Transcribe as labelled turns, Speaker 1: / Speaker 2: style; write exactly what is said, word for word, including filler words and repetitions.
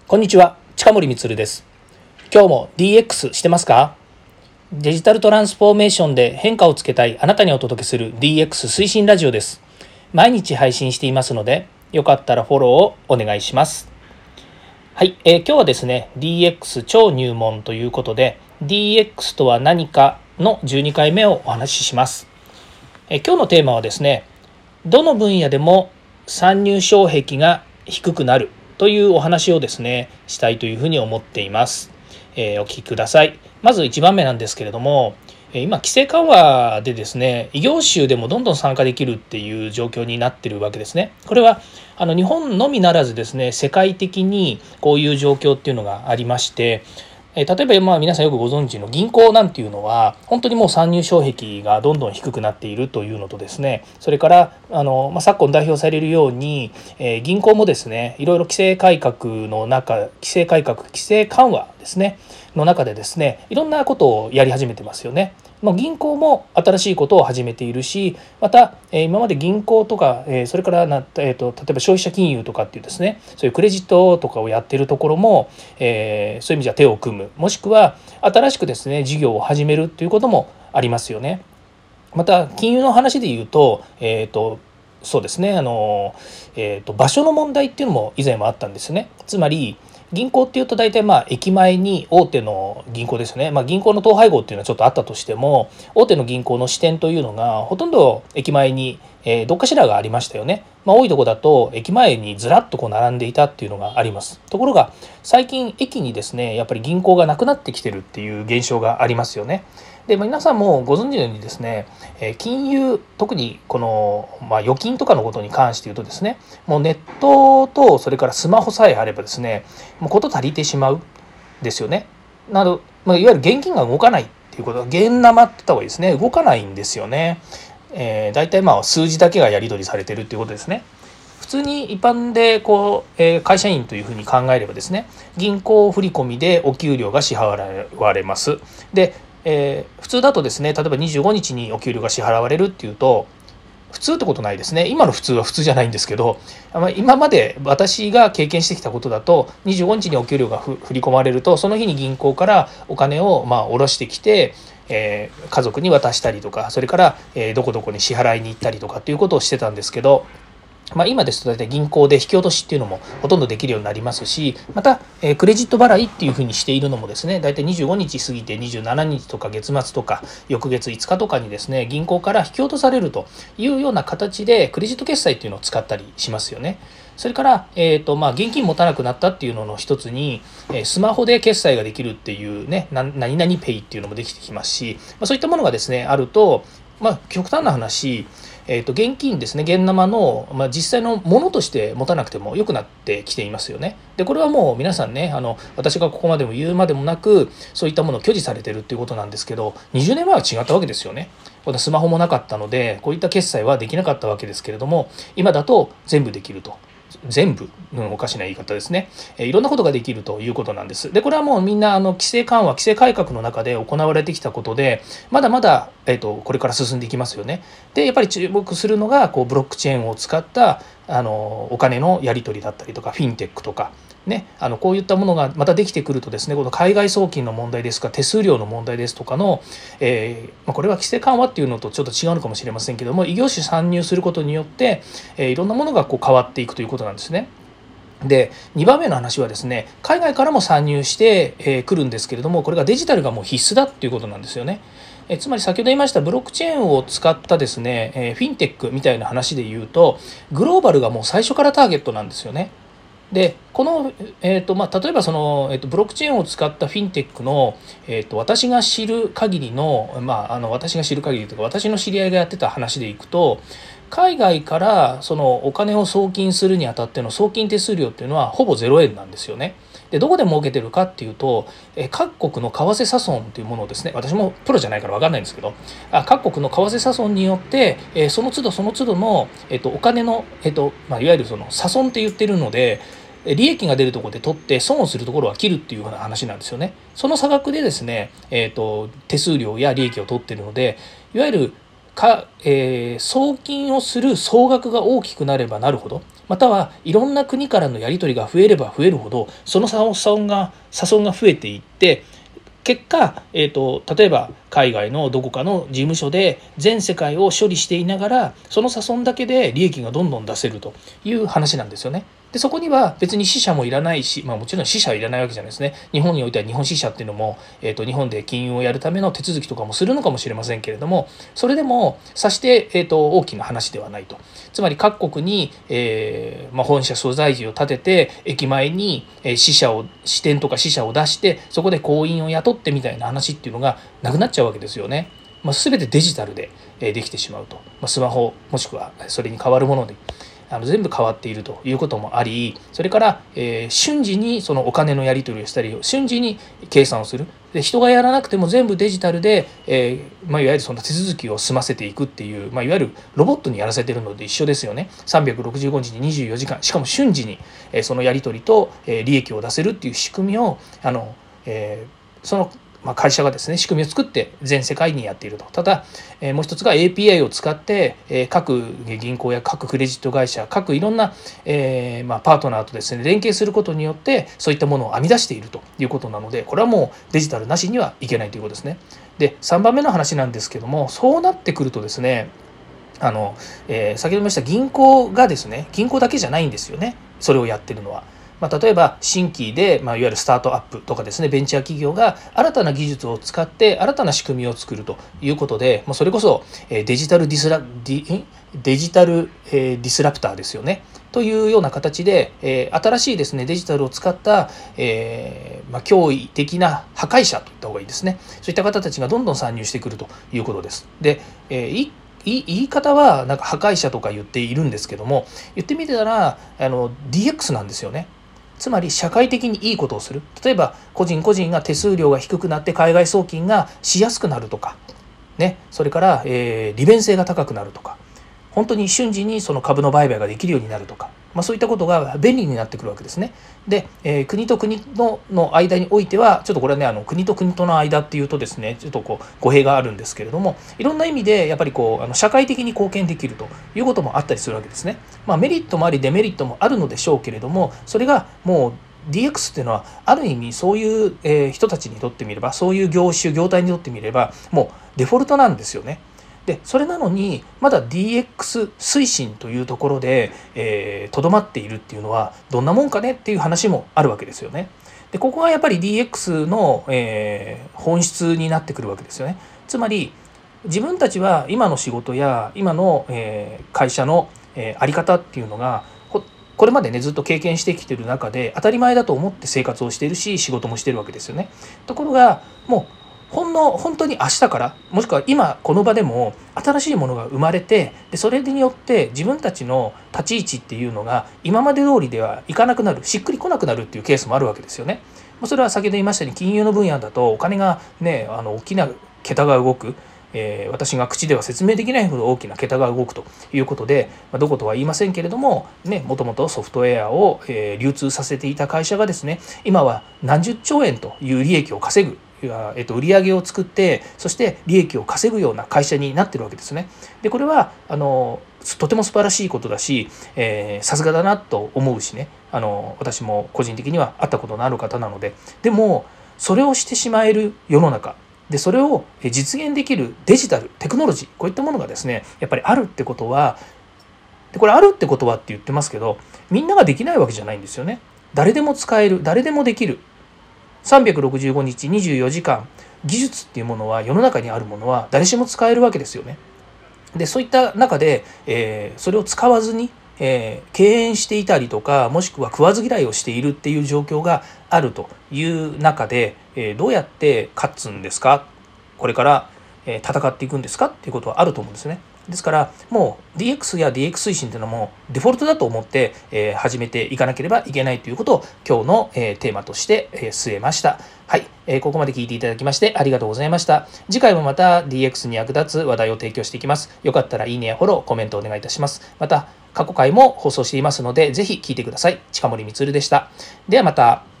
Speaker 1: こんにちは、近森光です。今日も ディーエックス してますか？デジタルトランスフォーメーションで変化をつけたいあなたにお届けする ディーエックス 推進ラジオです。毎日配信していますので、よかったらフォローをお願いします。はい、えー、今日はですね、ディーエックス 超入門ということで、ディーエックス とは何かのじゅうにかいめをお話しします。えー、今日のテーマはですね、どの分野でも参入障壁が低くなるというお話をですねしたいというふうに思っています。えー、お聞きください。まずいちばんめなんですけれども、今規制緩和でですね異業種でもどんどん参加できるっていう状況になってるわけですね。これはあの日本のみならずですね世界的にこういう状況っていうのがありまして、例えばまあ皆さんよくご存知の銀行なんていうのは本当にもう参入障壁がどんどん低くなっているというのとですね、それからあの、まあ、昨今代表されるように、えー、銀行もですねいろいろ規制改革の中規制改革規制緩和ですねの中でですねいろんなことをやり始めてますよね。まあ、銀行も新しいことを始めているし、また、えー、今まで銀行とか、えー、それからな、えーと、例えば消費者金融とかっていうですねそういうクレジットとかをやっているところも、えー、そういう意味じゃ手を組む、もしくは新しくですね事業を始めるということもありますよね。また金融の話で言うと、えーとそうですねあの、えーと場所の問題っていうのも以前もあったんですね。つまり銀行っていうと大体まあ駅前に大手の銀行ですね、まあ、銀行の統廃合っていうのはちょっとあったとしても大手の銀行の支店というのがほとんど駅前に、えー、どっかしらがありましたよね。まあ、多いとこだと駅前にずらっとこう並んでいたっていうのがあります。ところが最近駅にですねやっぱり銀行がなくなってきてるっていう現象がありますよね。で、まあ、皆さんもご存知のようにですね金融特にこの、まあ、預金とかのことに関して言うとですねもうネットとそれからスマホさえあればですねもうこと足りてしまうですよね。など、まあ、いわゆる現金が動かないっていうことは現生って言った方がいいですね。動かないんですよね。えー、大体まあ数字だけがやり取りされてるっていうことですね。普通に一般でこう、えー、会社員というふうに考えればですね銀行振込でお給料が支払われます。で、えー、普通だとですね例えばにじゅうごにちにお給料が支払われるっていうと普通ってことないですね。今の普通は普通じゃないんですけど、今まで私が経験してきたことだとにじゅうごにちにお給料が振り込まれるとその日に銀行からお金をまあ下ろしてきて、えー、家族に渡したりとかそれから、えー、どこどこに支払いに行ったりとかっていうことをしてたんですけど、まあ、今ですと大体銀行で引き落としっていうのもほとんどできるようになりますし、また、えー、クレジット払いっていうふうにしているのもですね大体にじゅうごにち過ぎてにじゅうしちにちとか月末とか翌月いつかとかにですね銀行から引き落とされるというような形でクレジット決済っていうのを使ったりしますよね。それから、えーとまあ、現金持たなくなったっていうのの一つに、えー、スマホで決済ができるっていうねな何々ペイっていうのもできてきますし、まあ、そういったものがですねあると、まあ、極端な話えー、と現金ですね現生の、まあ、実際のものとして持たなくても良くなってきていますよね。でこれはもう皆さんねあの私がここまでも言うまでもなくそういったものを拒否されてるっていうことなんですけど、にじゅうねんまえは違ったわけですよね。このスマホもなかったのでこういった決済はできなかったわけですけれども、今だと全部できると。全部、うん、おかしな言い方ですね、えー、いろんなことができるということなんです。でこれはもうみんなあの規制緩和規制改革の中で行われてきたことでまだまだ、えーと、これから進んでいきますよね。でやっぱり注目するのがこうブロックチェーンを使ったあのお金のやり取りだったりとかフィンテックとかね、あのこういったものがまたできてくるとですねこの海外送金の問題ですとか手数料の問題ですとかの、えーまあ、これは規制緩和っていうのとちょっと違うのかもしれませんけども異業種参入することによって、えー、いろんなものがこう変わっていくということなんですね。でにばんめの話はですね海外からも参入してく、えー、るんですけれどもこれがデジタルがもう必須だっていうことなんですよね。えつまり先ほど言いましたブロックチェーンを使ったですね、えー、フィンテックみたいな話で言うとグローバルがもう最初からターゲットなんですよね。でこの、えーとまあ、例えばその、えーと、ブロックチェーンを使ったフィンテックの、えーと、私が知る限りの,、まあ、あの私が知る限りというか私の知り合いがやってた話でいくと海外からそのお金を送金するにあたっての送金手数料っていうのはほぼゼロえんなんですよね。でどこで儲けてるかっていうと、え各国の為替差損というものをですね私もプロじゃないから分かんないんですけどあ各国の為替差損によって、えその都度その都度の、えーと、お金の、えーとまあ、いわゆるその差損って言ってるので利益が出るところで取って損をするところは切るっていうような話なんですよね。その差額でですね、えーと、手数料や利益を取ってるのでいわゆるか、えー、送金をする総額が大きくなればなるほどまたはいろんな国からのやり取りが増えれば増えるほどその差損が差損が増えていって結果、えーと、例えば海外のどこかの事務所で全世界を処理していながらその差損だけで利益がどんどん出せるという話なんですよね。でそこには別に支社もいらないし、まあ、もちろん支社はいらないわけじゃないですね。日本においては日本支社っていうのも、えーと、日本で金融をやるための手続きとかもするのかもしれませんけれども、それでもさして、えーと、大きな話ではないと。つまり各国に、えーまあ、本社所在地を立てて駅前に支社を支店とか支社を出してそこで行員を雇ってみたいな話っていうのがなくなっちゃうわけですよね。まあ、全てデジタルでできてしまうと、まあ、スマホもしくはそれに代わるものであの全部変わっているということもあり、それから、えー、瞬時にそのお金のやり取りをしたり瞬時に計算をする。で人がやらなくても全部デジタルで、えーまあ、いわゆるその手続きを済ませていくっていう、まあ、いわゆるロボットにやらせてるので一緒ですよね。さんびゃくろくじゅうごにちにじゅうよじかんしかも瞬時に、えー、そのやり取りと、えー、利益を出せるっていう仕組みをあの、えー、そのまあ、会社がですね仕組みを作って全世界にやっていると。ただ、えー、もう一つが エーピーアイ を使って、えー、各銀行や各クレジット会社各いろんな、えーまあ、パートナーとですね連携することによってそういったものを編み出しているということなので、これはもうデジタルなしにはいけないということですね。でさんばんめの話なんですけども、そうなってくるとですねあの、えー、先ほど言いました銀行がですね銀行だけじゃないんですよね、それをやってるのは。まあ、例えば新規で、まあ、いわゆるスタートアップとかですねベンチャー企業が新たな技術を使って新たな仕組みを作るということで、まあ、それこそデジタルディスラデデジタルディスラプターですよねというような形で、えー、新しいですねデジタルを使った、えーまあ、驚異的な破壊者といった方がいいですね。そういった方たちがどんどん参入してくるということです。で、えー、一言い方はなんか破壊者とか言っているんですけども、言ってみてたらあの ディーエックス なんですよね。つまり社会的にいいことをする。例えば個人個人が手数料が低くなって海外送金がしやすくなるとか、ね、それから、えー、利便性が高くなるとか、本当に瞬時にその株の売買ができるようになるとか、まあ、そういったことが便利になってくるわけですね。で、えー、国と国のの間においてはちょっとこれはねあの国と国との間っていうとですねちょっとこう語弊があるんですけれども、いろんな意味でやっぱりこうあの社会的に貢献できるということもあったりするわけですね。まあ、メリットもありデメリットもあるのでしょうけれども、それがもうディーエックス っていうのはある意味そういう、えー、人たちにとってみれば、そういう業種業態にとってみればもうデフォルトなんですよね。でそれなのにまだ ディーエックス 推進というところでとどまっているっていうのはどんなもんかねっていう話もあるわけですよね。でここがやっぱり ディーエックス の、えー、本質になってくるわけですよね。つまり自分たちは今の仕事や今の、えー、会社の、えー、あり方っていうのがこれまでねずっと経験してきてる中で当たり前だと思って生活をしているし仕事もしてるわけですよね。ところがもうほんの本当に明日からもしくは今この場でも新しいものが生まれて、でそれによって自分たちの立ち位置っていうのが今まで通りではいかなくなる、しっくりこなくなるっていうケースもあるわけですよね。それは先ほど言いましたように金融の分野だとお金がねあの大きな桁が動く、えー、私が口では説明できないほど大きな桁が動くということで、まあ、どことは言いませんけれどもね、もともとソフトウェアを、えー、流通させていた会社がですね今は何十兆円という利益を稼ぐ、えっと、売り上げを作ってそして利益を稼ぐような会社になってるわけですね。でこれはあのとても素晴らしいことだし、さすがだなと思うしね、あの私も個人的には会ったことのある方なので。でもそれをしてしまえる世の中で、それを実現できるデジタルテクノロジー、こういったものがですねやっぱりあるってことは、でこれあるってことはって言ってますけど、みんなができないわけじゃないんですよね。誰でも使える、誰でもできる、さんびゃくろくじゅうごにちにじゅうよじかん技術っていうものは世の中にあるものは誰しも使えるわけですよね。でそういった中で、えー、それを使わずに、えー、敬遠していたりとか、もしくは食わず嫌いをしているっていう状況があるという中で、えー、どうやって勝つんですか、これから、えー、戦っていくんですかっていうことはあると思うんですね。ですからもう ディーエックス や ディーエックス 推進というのはもうデフォルトだと思って、えー、始めていかなければいけないということを今日の、えー、テーマとして、えー、据えました。はい、えー、ここまで聞いていただきましてありがとうございました。次回もまた ディーエックス に役立つ話題を提供していきます。よかったらいいねやフォロー、コメントお願いいたします。また過去回も放送していますのでぜひ聞いてください。近森光でした。ではまた。